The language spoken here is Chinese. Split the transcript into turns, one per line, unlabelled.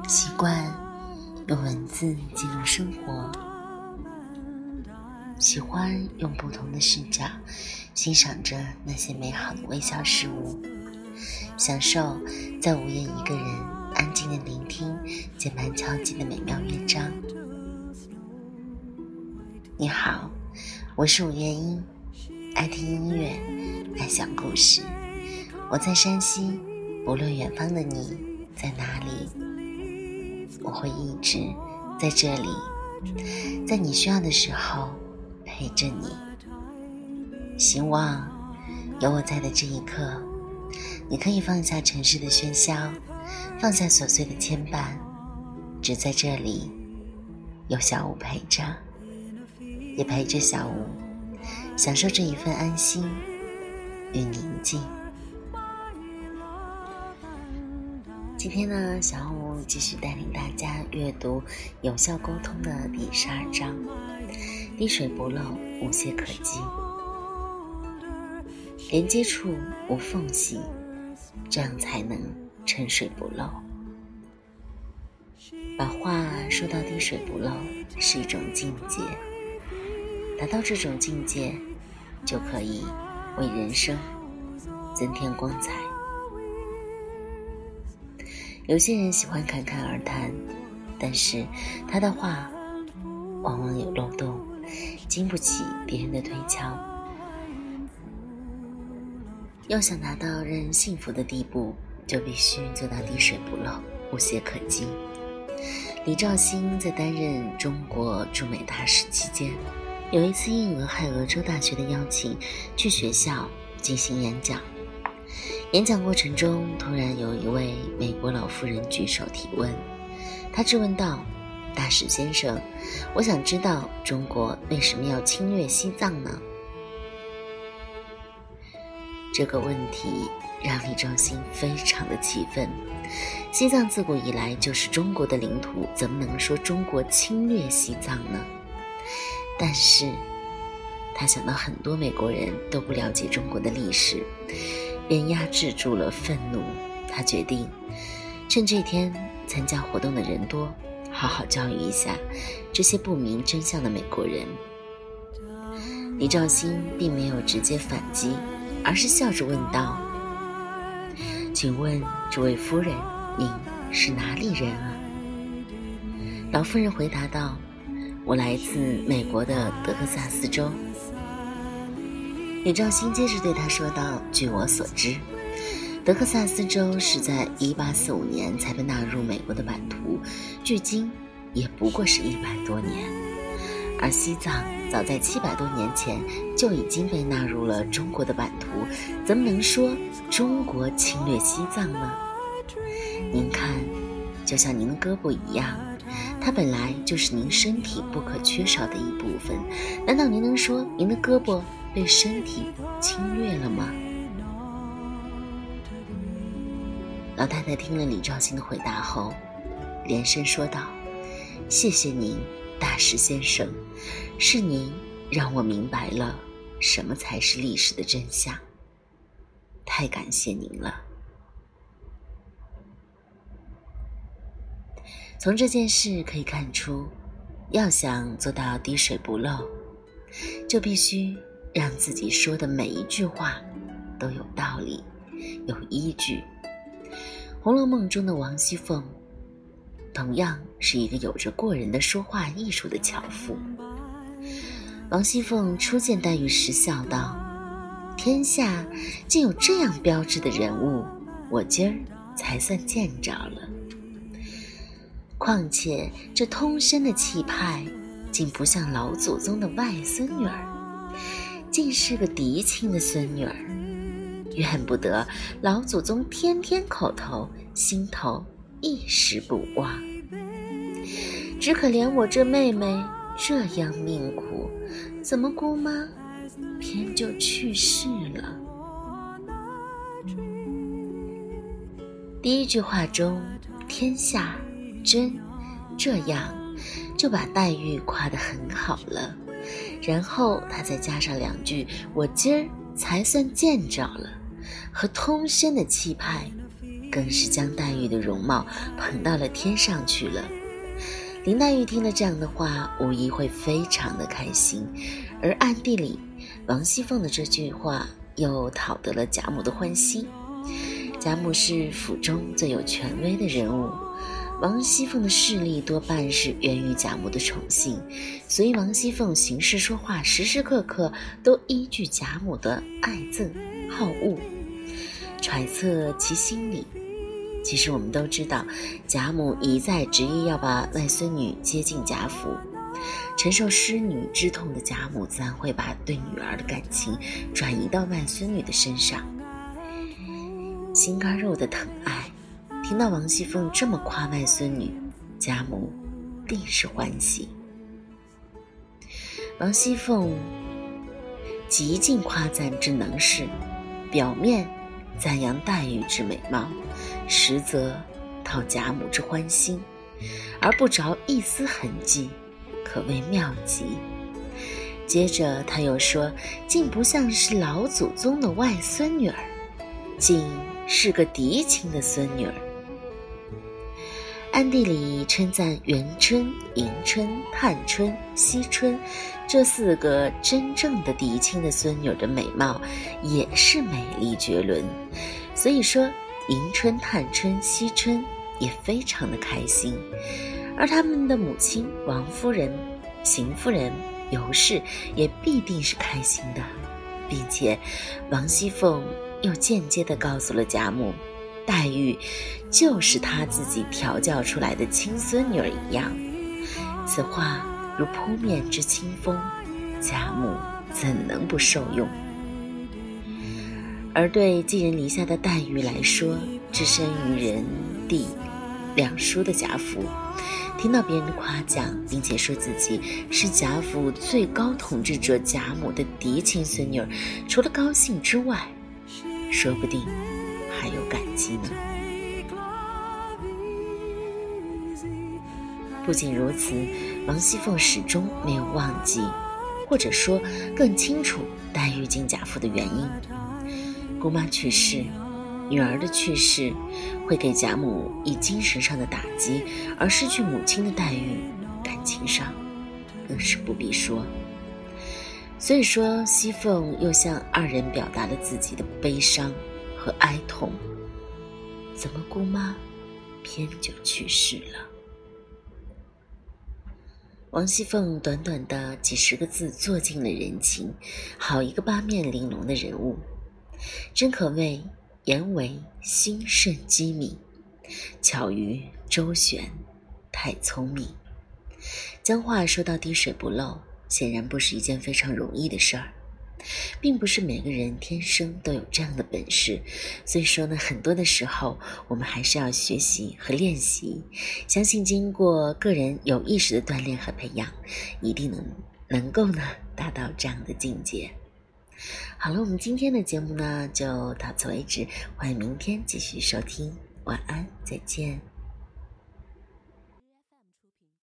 习惯用文字记录生活，喜欢用不同的视角欣赏着那些美好的微小事物，享受在午夜一个人安静的聆听键盘敲击的美妙乐章。你好，我是伍月英，爱听音乐，爱讲故事。我在山西，不论远方的你在哪里，我会一直在这里，在你需要的时候陪着你。希望有我在的这一刻，你可以放下城市的喧嚣，放下琐碎的牵绊，只在这里有小五陪着，也陪着小五享受这一份安心与宁静。今天呢，小五继续带领大家阅读有效沟通的第12章，滴水不漏，无懈可击。连接处无缝隙，这样才能沉水不漏。把话说到滴水不漏是一种境界，达到这种境界，就可以为人生增添光彩。有些人喜欢侃侃而谈，但是他的话往往有漏洞，经不起别人的推敲。要想达到让人幸福的地步，就必须做到滴水不漏，无懈可击。李兆星在担任中国驻美大使期间，有一次应俄亥俄州大学的邀请，去学校进行演讲。演讲过程中，突然有一位美国老妇人举手提问，她质问道：大使先生，我想知道中国为什么要侵略西藏呢？这个问题让李兆星非常的气愤，西藏自古以来就是中国的领土，怎么能说中国侵略西藏呢？但是他想到很多美国人都不了解中国的历史，便压制住了愤怒。他决定趁这天参加活动的人多，好好教育一下这些不明真相的美国人。李兆星并没有直接反击，而是笑着问道：请问这位夫人，您是哪里人啊？老妇人回答道：我来自美国的德克萨斯州。李兆星接着对他说道：据我所知，德克萨斯州是在1845年才被纳入美国的版图，距今也不过是100多年，而西藏早在700多年前就已经被纳入了中国的版图，怎么能说中国侵略西藏呢？您看，就像您的胳膊一样，它本来就是您身体不可缺少的一部分，难道您能说您的胳膊被身体侵略了吗？老太太听了李兆星的回答后，连声说道：谢谢您，大使先生，是您让我明白了什么才是历史的真相，太感谢您了。从这件事可以看出，要想做到滴水不漏，就必须让自己说的每一句话都有道理，有依据。《红楼梦》中的王熙凤同样是一个有着过人的说话艺术的巧妇。王熙凤初见黛玉时笑道：天下竟有这样标致的人物，我今儿才算见着了。况且这通身的气派，竟不像老祖宗的外孙女儿，竟是个嫡亲的孙女儿，怨不得老祖宗天天口头心头一时不忘。只可怜我这妹妹这样命苦，怎么姑妈偏就去世了？第一句话中天下真这样就把黛玉夸得很好了，然后他再加上2句我今儿才算见着了，和通身的气派更是将黛玉的容貌捧到了天上去了。林黛玉听了这样的话，无疑会非常的开心，而暗地里王熙凤的这句话又讨得了贾母的欢心。贾母是府中最有权威的人物，王熙凤的势力多半是源于贾母的宠幸，所以王熙凤行事说话时时刻刻都依据贾母的爱憎好恶，揣测其心理。其实我们都知道，贾母一再执意要把外孙女接进贾府，承受失女之痛的贾母自然会把对女儿的感情转移到外孙女的身上，心肝肉的疼爱。听到王熙凤这么夸外孙女，贾母定是欢喜。王熙凤极尽夸赞之能事，表面赞扬黛玉之美貌，实则讨贾母之欢心，而不着一丝痕迹，可谓妙极。接着他又说，竟不像是老祖宗的外孙女儿，竟是个嫡亲的孙女儿。暗地里称赞元春、迎春、探春、惜春这4个真正的嫡亲的孙女的美貌也是美丽绝伦，所以说迎春、探春、惜春也非常的开心，而他们的母亲王夫人、邢夫人、尤氏也必定是开心的，并且王熙凤又间接地告诉了贾母，黛玉就是她自己调教出来的亲孙女儿一样。此话如扑面之清风，贾母怎能不受用？而对寄人篱下的黛玉来说，置身于人地两疏的贾府，听到别人的夸奖，并且说自己是贾府最高统治者贾母的嫡亲孙女儿，除了高兴之外，说不定还有感激呢。不仅如此，王熙凤始终没有忘记，或者说更清楚黛玉进贾府的原因。姑妈去世，女儿的去世会给贾母以精神上的打击，而失去母亲的黛玉感情上更是不必说。所以说熙凤又向二人表达了自己的悲伤和哀痛，怎么姑妈偏就去世了？王熙凤短短的几10个字做尽了人情，好一个八面玲珑的人物，真可谓言为心胜机敏，巧于周旋，太聪明。将话说到滴水不漏，显然不是一件非常容易的事儿，并不是每个人天生都有这样的本事，所以说呢，很多的时候我们还是要学习和练习，相信经过个人有意识的锻炼和培养，一定能够呢达到这样的境界。好了，我们今天的节目呢就到此为止，欢迎明天继续收听，晚安，再见。